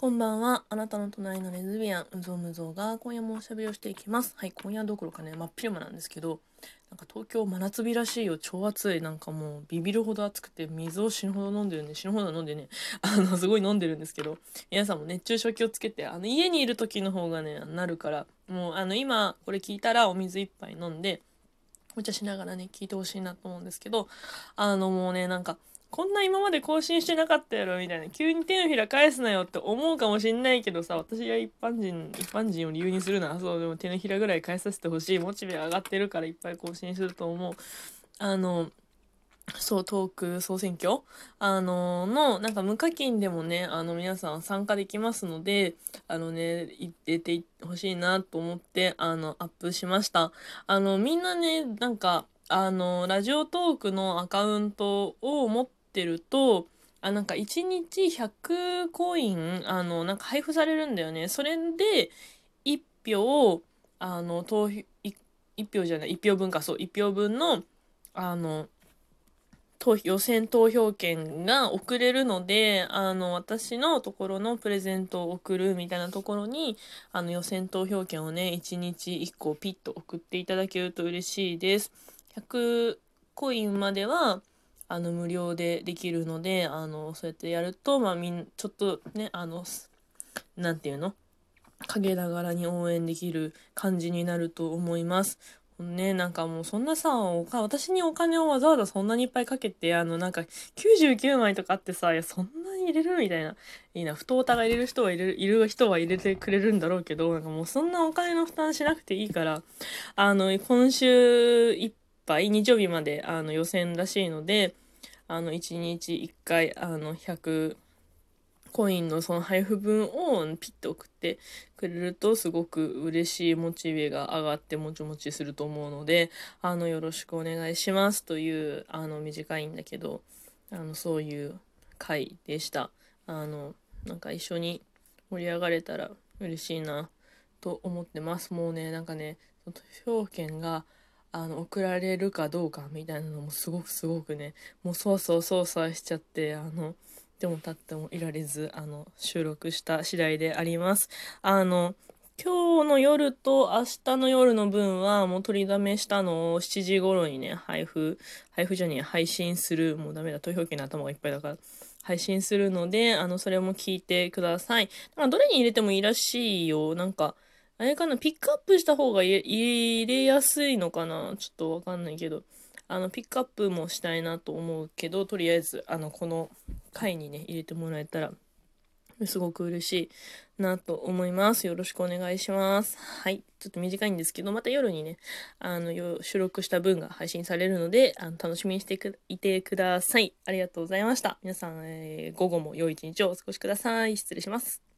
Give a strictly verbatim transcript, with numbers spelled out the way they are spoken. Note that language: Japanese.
こんばんは。あなたの隣のレズビアン、うぞうむぞうが今夜もおしゃべりをしていきます。はい、今夜どころかね、真っ昼間なんですけど、なんか東京真夏日らしいよ。超暑い。なんかもうビビるほど暑くて、水を死ぬほど飲んでるんで、死ぬほど飲んでね、あの、すごい飲んでるんですけど、皆さんも熱中症気をつけて、あの、家にいる時の方がね、なるから、もう、あの、今、これ聞いたらお水一杯飲んで、お茶しながらね、聞いてほしいなと思うんですけど、あのもうね、なんか、こんな今まで更新してなかったやろみたいな、急に手のひら返すなよって思うかもしんないけどさ、私が一般人、一般人を理由にするなら、そう、でも手のひらぐらい返させてほしい。モチベ上がってるからいっぱい更新すると思う。あの、そう、トーク総選挙あのの、なんか無課金でもね、あの皆さん参加できますので、あのね、入れてほしいなと思って、あの、アップしました。あの、みんなね、なんか、あの、ラジオトークのアカウントを持ってると、あ、なんかいちにちひゃくコイン、あの、なんか配布されるんだよね。それで、いち票、あの、投票、いいち票じゃない、いち票分か、そう、いち票分の、あの、投予選投票券が送れるので、あの、私のところのプレゼントを送るみたいなところに、あの、予選投票券をね、いちにちいっこピッと送っていただけると嬉しいです。ひゃくコインまでは、あの、無料でできるので、あの、そうやってやると、まあ、みん、ちょっとね、あの、なんていうの陰ながらに応援できる感じになると思います。ね、なんかもうそんなさ、おか私にお金をわざわざそんなにいっぱいかけて、あのなんかきゅうじゅうきゅうまいとかってさ、いやそんなに入れるみたいな。いいな、不当たが入れる人は入れる、いる人は入れてくれるんだろうけど、なんかもうそんなお金の負担しなくていいから、あの、今週いっぱい、日曜日まであの予選らしいので、あの、いちにちいっかい、あの、ひゃく、コインのその配布分をピッと送ってくれるとすごく嬉しいモチベが上がってもちもちすると思うので、あの、よろしくお願いしますという、あの、短いんだけど、あの、そういう回でした。あの、なんか一緒に盛り上がれたら嬉しいなと思ってます。もうね、なんかね、投票権があの送られるかどうかみたいなのもすごくすごくね、もうそうそう操作しちゃって、あの、でも立ってもいられず、あの、収録した次第であります。あの、今日の夜と明日の夜の分はもう取りだめしたのをしちじ頃にね、配布、配布じゃねえ、配信する。もうダメだ、投票権の頭がいっぱいだから。配信するので、あの、それも聞いてください。なんかどれに入れてもいいらしいよ。なんか、あれかな、ピックアップした方が入れやすいのかな、ちょっとわかんないけど。あの、ピックアップもしたいなと思うけど、とりあえず、あの、この回にね、入れてもらえたら、すごく嬉しいなと思います。よろしくお願いします。はい。ちょっと短いんですけど、また夜にね、あの、収録した分が配信されるので、あの楽しみにしていてください。ありがとうございました。皆さん、えー、午後も良い一日をお過ごしください。失礼します。